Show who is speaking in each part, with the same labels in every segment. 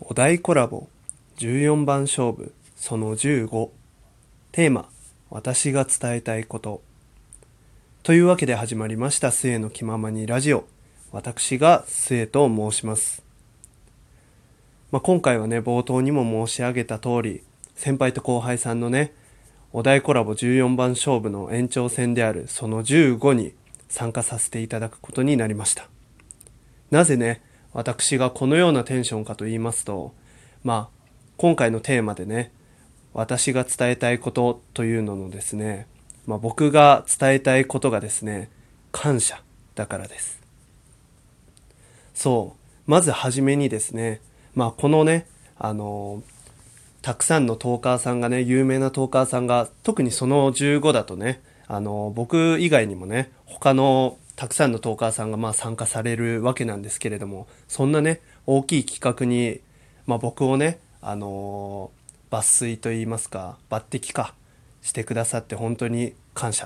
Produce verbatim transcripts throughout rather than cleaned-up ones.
Speaker 1: お題コラボじゅうよんばん勝負そのじゅうご。テーマ、私が伝えたいこと。というわけで始まりました末の気ままにラジオ。私が末と申します。まあ、今回はね、冒頭にも申し上げた通り、先輩と後輩さんのね、お題コラボじゅうよんばん勝負の延長戦であるそのじゅうごに参加させていただくことになりました。なぜね、私がこのようなテンションかと言いますと、まあ、今回のテーマでね、私が伝えたいことというののですね、まあ、僕が伝えたいことがですね、感謝だからです。そう、まずはじめにですね、まあ、このね、あのたくさんのトーカーさんがね、有名なトーカーさんが、特にそのじゅうごだとね、あの僕以外にもね、他のたくさんのトーカーさんがまあ参加されるわけなんですけれども、そんなね、大きい企画に、まあ、僕をね、あの抜粋といいますか、抜擢かしてくださって本当に感謝。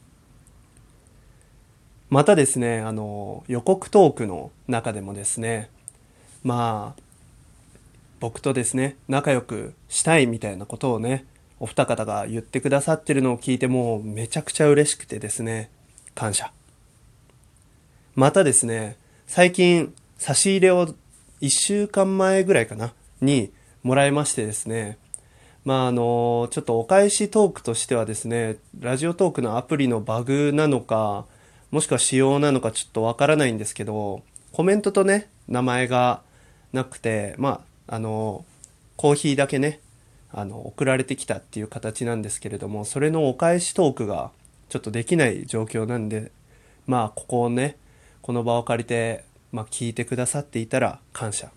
Speaker 1: またですね、あの予告トークの中でもですね、まあ僕とですね、仲良くしたいみたいなことをね、お二方が言ってくださってるのを聞いて、もうめちゃくちゃ嬉しくてですね、感謝。またですね、最近差し入れをいっしゅうかんまえぐらいかなにもらいましてですね、まああのちょっとお返しトークとしてはですね、ラジオトークのアプリのバグなのか、もしくは仕様なのかちょっとわからないんですけど、コメントとね、名前がなくて、まああのコーヒーだけね、あの送られてきたっていう形なんですけれども、それのお返しトークがちょっとできない状況なんで、まあここをね、この場を借りて、まあ、聞いてくださっていたら感謝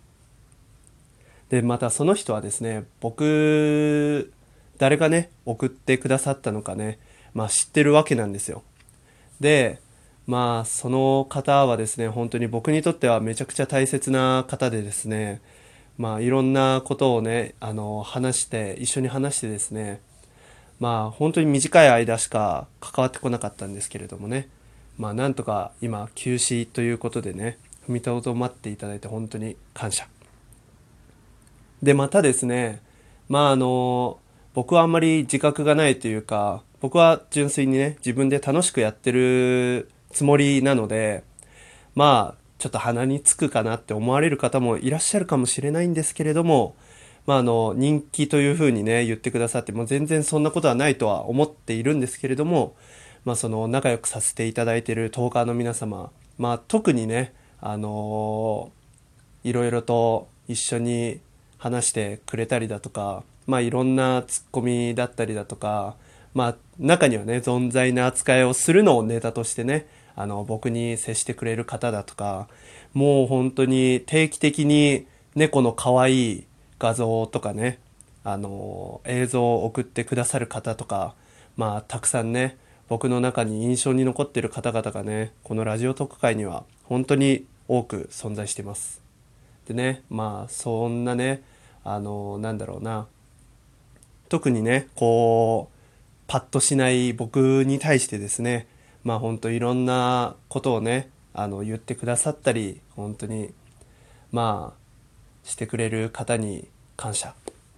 Speaker 1: で、またその人はですね、僕誰がね送ってくださったのかね、まあ知ってるわけなんですよ。で、まあその方はですね、本当に僕にとってはめちゃくちゃ大切な方でですね、まあいろんなことをね、あの話して一緒に話してですね、まあ本当に短い間しか関わってこなかったんですけれどもね、まあなんとか今休止ということでね、踏みとどまっていただいて本当に感謝。でまたですね、まああの僕はあんまり自覚がないというか、僕は純粋にね、自分で楽しくやってるつもりなので、まあちょっと鼻につくかなって思われる方もいらっしゃるかもしれないんですけれども、まああの人気というふうにね言ってくださって、もう全然そんなことはないとは思っているんですけれども、まあその仲良くさせていただいているトーカーの皆様、まあ特にね、あのいろいろと一緒に話してくれたりだとか、まあいろんなツッコミだったりだとか、まあ中にはね、存在な扱いをするのをネタとしてね、あの僕に接してくれる方だとか、もう本当に定期的に猫の可愛い画像とかね、あの映像を送ってくださる方とか、まあたくさんね、僕の中に印象に残っている方々がね、このラジオ特会には本当に多く存在しています。でね、まあそんなね、あのなんだろうな、特にねこうパッとしない僕に対してですね、まあ本当いろんなことをね、あの言ってくださったり、本当にまあしてくれる方に感謝。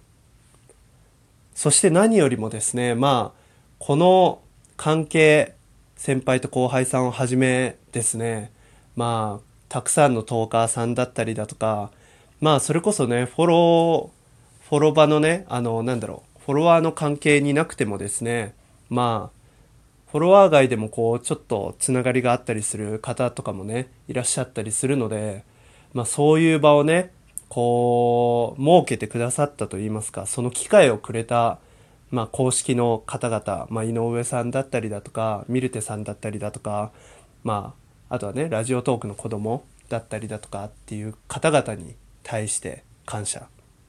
Speaker 1: そして何よりもですね、まあこの関係、先輩と後輩さんをはじめですね、まあたくさんのトーカーさんだったりだとか、まあそれこそね、フォローフォロバのね、あのなんだろう、フォロワーの関係になくてもですね、まあフォロワー外でもこうちょっとつながりがあったりする方とかもねいらっしゃったりするので、まあそういう場をねこう設けてくださったといいますか、その機会をくれた、まあ、公式の方々、まあ、井上さんだったりだとかミルテさんだったりだとか、まあ、あとはねラジオトークの子供だったりだとかっていう方々に対して感謝。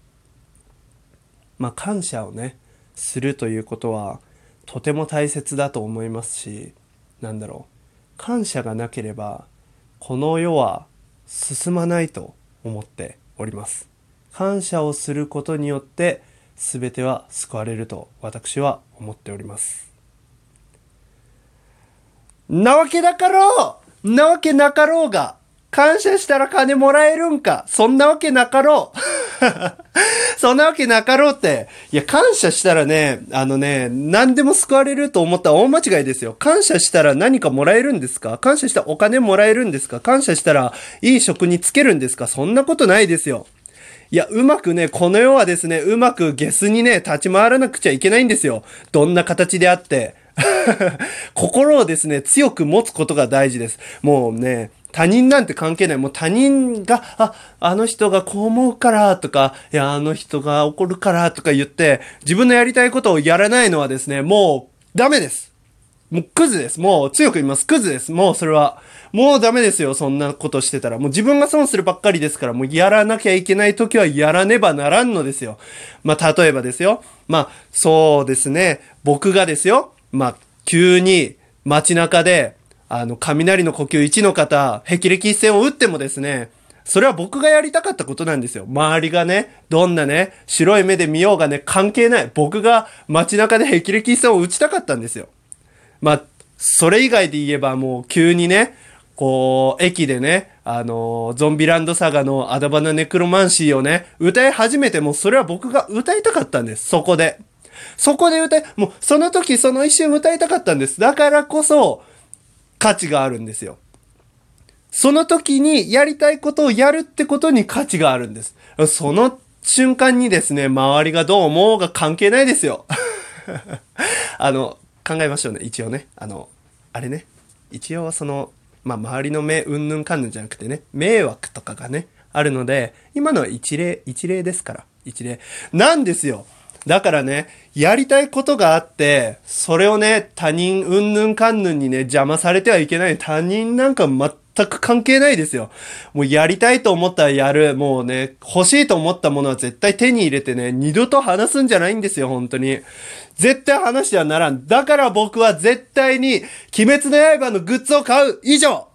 Speaker 1: まあ感謝をねするということはとても大切だと思いますし、なんだろう、感謝がなければこの世は進まないと思っております。感謝をすることによって全ては救われると私は思っております。なわけだかろうなわけなかろうが、感謝したら金もらえるんか、そんなわけなかろうそんなわけなかろうって。いや、感謝したらね、あのね、何でも救われると思ったら大間違いですよ。感謝したら何かもらえるんですか？感謝したらお金もらえるんですか？感謝したらいい職に就けるんですか？そんなことないですよ。いや、うまくね、この世はですね、うまくゲスにね、立ち回らなくちゃいけないんですよ。どんな形であって。心をですね、強く持つことが大事です。もうね、他人なんて関係ない。もう他人が、あ、あの人がこう思うからとか、いや、あの人が怒るからとか言って、自分のやりたいことをやらないのはですね、もうダメです。もうクズです。もう強く言います。クズです。もうそれは。もうダメですよ。そんなことしてたら。もう自分が損するばっかりですから、もうやらなきゃいけない時はやらねばならんのですよ。まあ、例えばですよ。まあ、そうですね。僕がですよ。まあ、急に街中で、あの、雷の呼吸いちの方、霹靂一閃を打ってもですね、それは僕がやりたかったことなんですよ。周りがね、どんなね、白い目で見ようがね、関係ない。僕が街中で霹靂一閃を打ちたかったんですよ。まあ、それ以外で言えばもう急にね、こう、駅でね、あのーゾンビランドサガのアダバナネクロマンシーをね、歌い始めてもそれは僕が歌いたかったんです。そこで。そこで歌い、もうその時その一瞬歌いたかったんです。だからこそ価値があるんですよ。その時にやりたいことをやるってことに価値があるんです。その瞬間にですね、周りがどう思うが関係ないですよ。あの、考えましょうね、一応ね。あの、あれね。一応その、まあ、周りの目、うんぬんかんぬんじゃなくてね、迷惑とかがね、あるので、今のは一例、一例ですから。一例。なんですよ。だからね、やりたいことがあって、それをね、他人、うんぬんかんぬんにね、邪魔されてはいけない。他人なんか全く関係ないですよ。もうやりたいと思ったらやる。もうね、欲しいと思ったものは絶対手に入れてね、二度と話すんじゃないんですよ、本当に。絶対話してはならん。だから僕は絶対に、鬼滅の刃のグッズを買う。以上